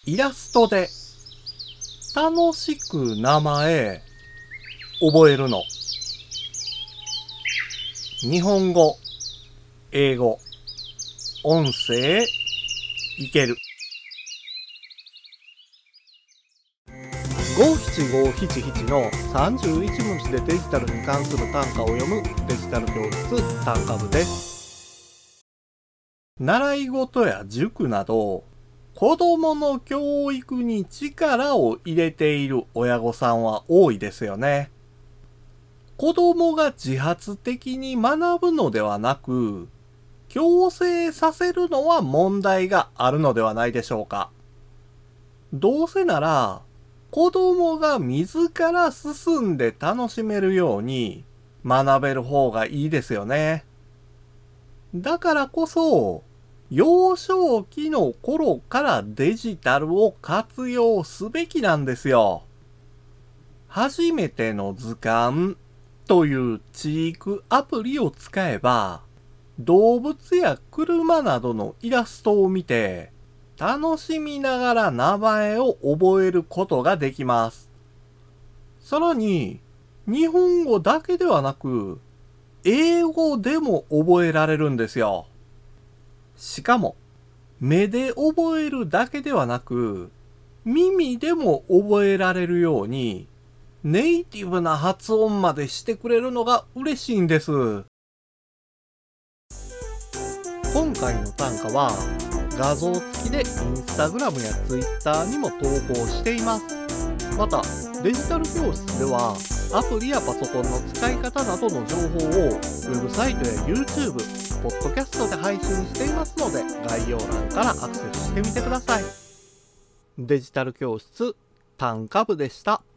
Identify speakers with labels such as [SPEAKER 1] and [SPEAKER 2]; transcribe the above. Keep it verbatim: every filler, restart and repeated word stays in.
[SPEAKER 1] イラストで楽しく名前覚えるの。日本語、英語、音声いける。ごしちごしちななのさんじゅういちもじでデジタルに関する単価を読むデジタル教室単価部です。習い事や塾など子供の教育に力を入れている親御さんは多いですよね。子供が自発的に学ぶのではなく、強制させるのは問題があるのではないでしょうか。どうせなら、子供が自ら進んで楽しめるように学べる方がいいですよね。だからこそ、幼少期の頃からデジタルを活用すべきなんですよ。初めての図鑑という知育アプリを使えば、動物や車などのイラストを見て、楽しみながら名前を覚えることができます。さらに、日本語だけではなく、英語でも覚えられるんですよ。しかも、目で覚えるだけではなく、耳でも覚えられるように、ネイティブな発音までしてくれるのが嬉しいんです。今回の単価は、画像付きでインスタグラムやツイッターにも投稿しています。また、デジタル教室では、アプリやパソコンの使い方などの情報をウェブサイトや YouTube、ポッドキャストで配信していますので、概要欄からアクセスしてみてください。デジタル教室単価部でした。